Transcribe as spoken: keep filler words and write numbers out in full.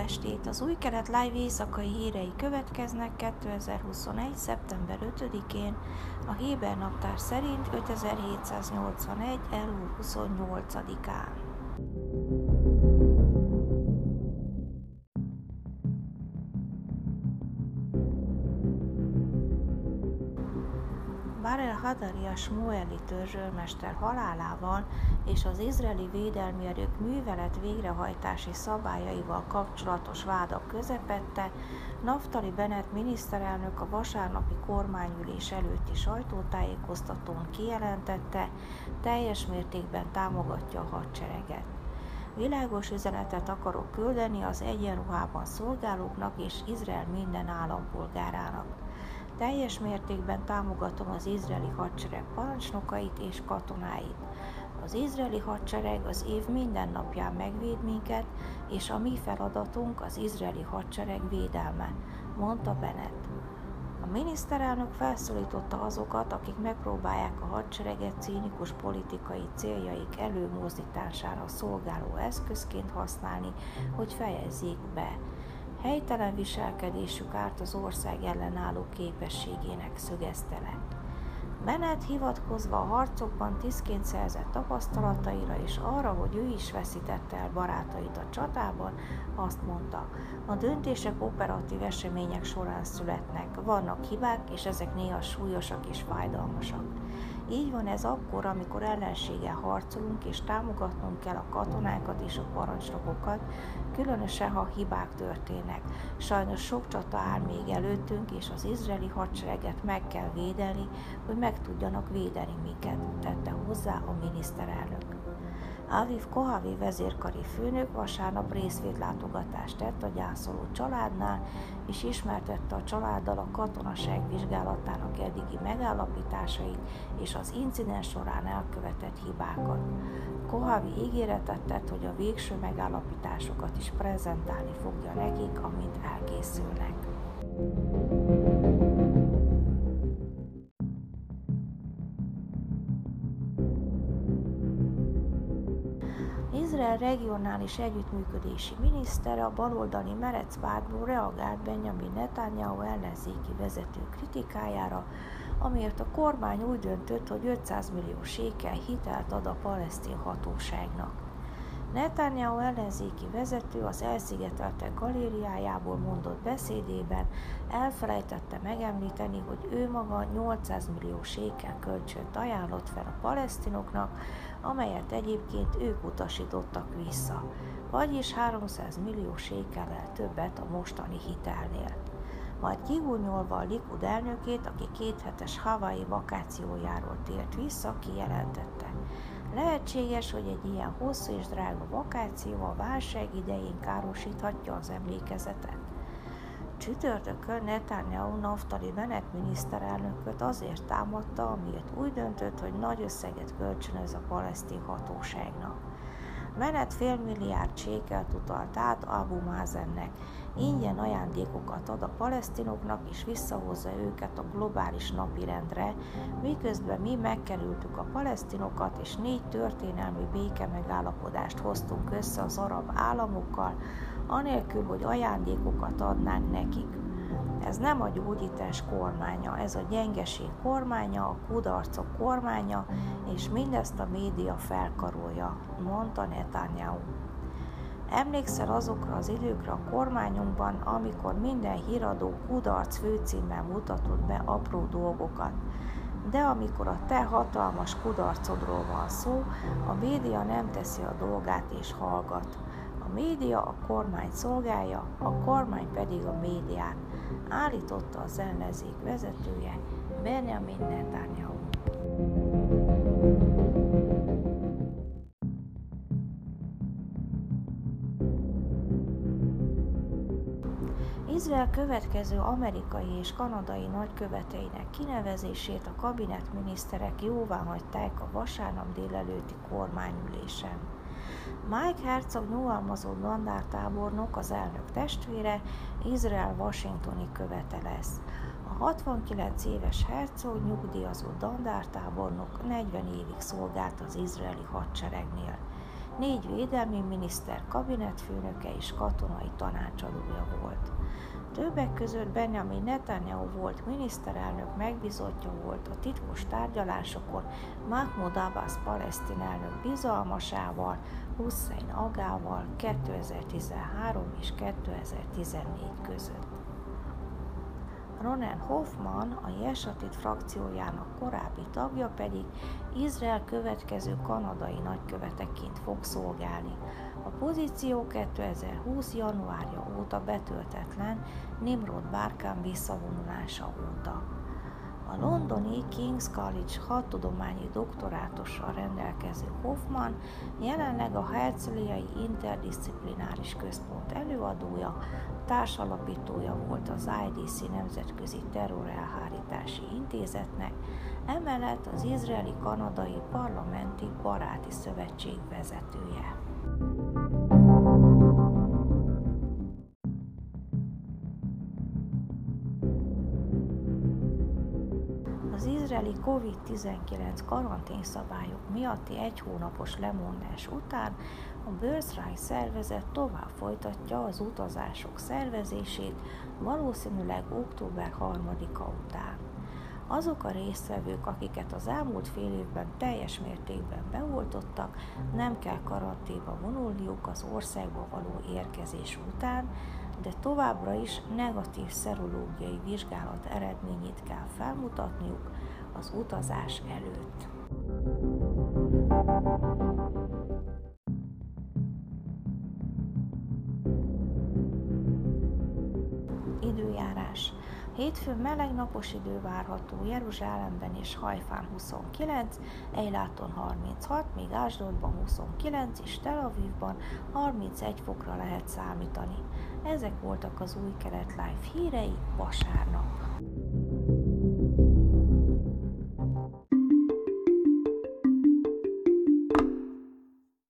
estét! Az Új Kelet Live éjszakai hírei következnek kétezer-huszonegy. szeptember ötödikén, a Héber naptár szerint ötezer-hétszáznyolcvanegy. elul huszonnyolcadikán. Barel Hadari a smueli törzsőrmester halálával és az izraeli védelmi erők művelet végrehajtási szabályaival kapcsolatos vádak közepette Naftali Bennett miniszterelnök a vasárnapi kormányülés előtti sajtótájékoztatón kijelentette, teljes mértékben támogatja a hadsereget. Világos üzenetet akarok küldeni az egyenruhában szolgálóknak és Izrael minden állampolgárának. Teljes mértékben támogatom az izraeli hadsereg parancsnokait és katonáit. Az izraeli hadsereg az év minden napján megvéd minket, és a mi feladatunk az izraeli hadsereg védelme, mondta Bennett. A miniszterelnök felszólította azokat, akik megpróbálják a hadsereget cínikus politikai céljaik előmozdítására szolgáló eszközként használni, hogy fejezzék be. Helytelen viselkedésük árt az ország ellenálló képességének, szögezte le. Bennett hivatkozva a harcokban tisztként szerzett tapasztalataira és arra, hogy ő is veszítette el barátait a csatában, azt mondta, a döntések operatív események során születnek, vannak hibák, és ezek néha súlyosak és fájdalmasak. Így van ez akkor, amikor ellenséggel harcolunk, és támogatnunk kell a katonákat és a parancsnokokat, különösen, ha hibák történnek. Sajnos sok csata áll még előttünk, és az izraeli hadsereget meg kell védeni, hogy meg tudjanak védeni minket, tette hozzá a miniszterelnök. Aviv Kohavi vezérkari főnök vasárnap részvétlátogatást tett a gyászoló családnál, és ismertette a családdal a katonaság vizsgálatának eddigi megállapításait és az incidens során elkövetett hibákat. Kohavi ígéretet tett, hogy a végső megállapításokat is prezentálni fogja nekik, amint elkészülnek. Izrael regionális együttműködési minisztere a baloldali Meretz pártból reagált Benjamin Netanyahu ellenzéki vezető kritikájára, amiért a kormány úgy döntött, hogy ötszáz millió sékel hitelt ad a palesztin hatóságnak. Netanyahu ellenzéki vezető az elszigeteltek galériájából mondott beszédében elfelejtette megemlíteni, hogy ő maga nyolcszáz millió sékel kölcsönt ajánlott fel a palesztinoknak, amelyet egyébként ők utasítottak vissza, vagyis háromszáz millió sékellel többet a mostani hitelnél. Majd kigúnyolva a Likud elnökét, aki kéthetes Hawaii vakációjáról tért vissza, kijelentette. Lehetséges, hogy egy ilyen hosszú és drága vakáció a válság idején károsíthatja az emlékezetet. Csütörtökön Netanyahu Naftali Bennett miniszterelnököt azért támadta, amiért úgy döntött, hogy nagy összeget kölcsönöz a palesztin hatóságnak. Bennett félmilliárd sékelt utalt át Abu Mazennek, ingyen ajándékokat ad a palesztinoknak és visszahozza őket a globális napirendre, miközben mi megkerültük a palesztinokat és négy történelmi béke megállapodást hoztunk össze az arab államokkal, anélkül, hogy ajándékokat adnánk nekik. Ez nem a gyógyítás kormánya, ez a gyengeség kormánya, a kudarcok kormánya, és mindezt a média felkarolja, mondta Netanyahu. Emlékszel azokra az időkre a kormányunkban, amikor minden híradó kudarc főcímmel mutatott be apró dolgokat. De amikor a te hatalmas kudarcodról van szó, a média nem teszi a dolgát és hallgat. A média a kormány szolgálja, a kormány pedig a médiát, állította az ellenzék vezetője, Benjamin Netanyahu. Izrael következő amerikai és kanadai nagyköveteinek kinevezését a kabinetminiszterek jóváhagyták a vasárnap délelőtti kormányülésen. Mike Herzog nyugalmazó dandártábornok, az elnök testvére, Izrael washingtoni követe lesz. A hatvankilenc éves Herzog nyugdíjazott dandártábornok negyven évig szolgált az izraeli hadseregnél. négy védelmi miniszter kabinetfőnöke és katonai tanácsadója volt. Többek között Benjamin Netanyahu volt miniszterelnök megbízottja volt a titkos tárgyalásokon Mahmoud Abbas palesztin elnök bizalmasával, Hussein Agával kétezer-tizenhárom és kétezer-tizennégy között. Ronen Hoffman, a Yesh Atid frakciójának korábbi tagja pedig Izrael következő kanadai nagyköveteként fog szolgálni. A pozíció kétezer-húsz. januárja óta betöltetlen Nimrod Barkan visszavonulása óta. A londoni King's College hadtudományi doktorátussal rendelkező Hoffman jelenleg a Herzliai Interdisziplináris Központ előadója, társalapítója volt az I D C Nemzetközi Terrorelhárítási Intézetnek, emellett az Izraeli-Kanadai Parlamenti Baráti Szövetség vezetője. Az izraeli kovid tizenkilenc karanténszabályok miatti egy hónapos lemondás után a Birthright szervezet tovább folytatja az utazások szervezését, valószínűleg október harmadika után. Azok a résztvevők, akiket az elmúlt fél évben teljes mértékben beoltottak, nem kell karanténba vonulniuk az országba való érkezés után, de továbbra is negatív szerológiai vizsgálat eredményét kell felmutatniuk az utazás előtt. Időjárás. Hétfőn meleg napos idő várható, Jeruzsálemben és Hajfán huszonkilenc, Eiláton harminchat, míg Ásdodban huszonkilenc és Tel Avivban harmincegy fokra lehet számítani. Ezek voltak az Új Kelet Live hírei vasárnap.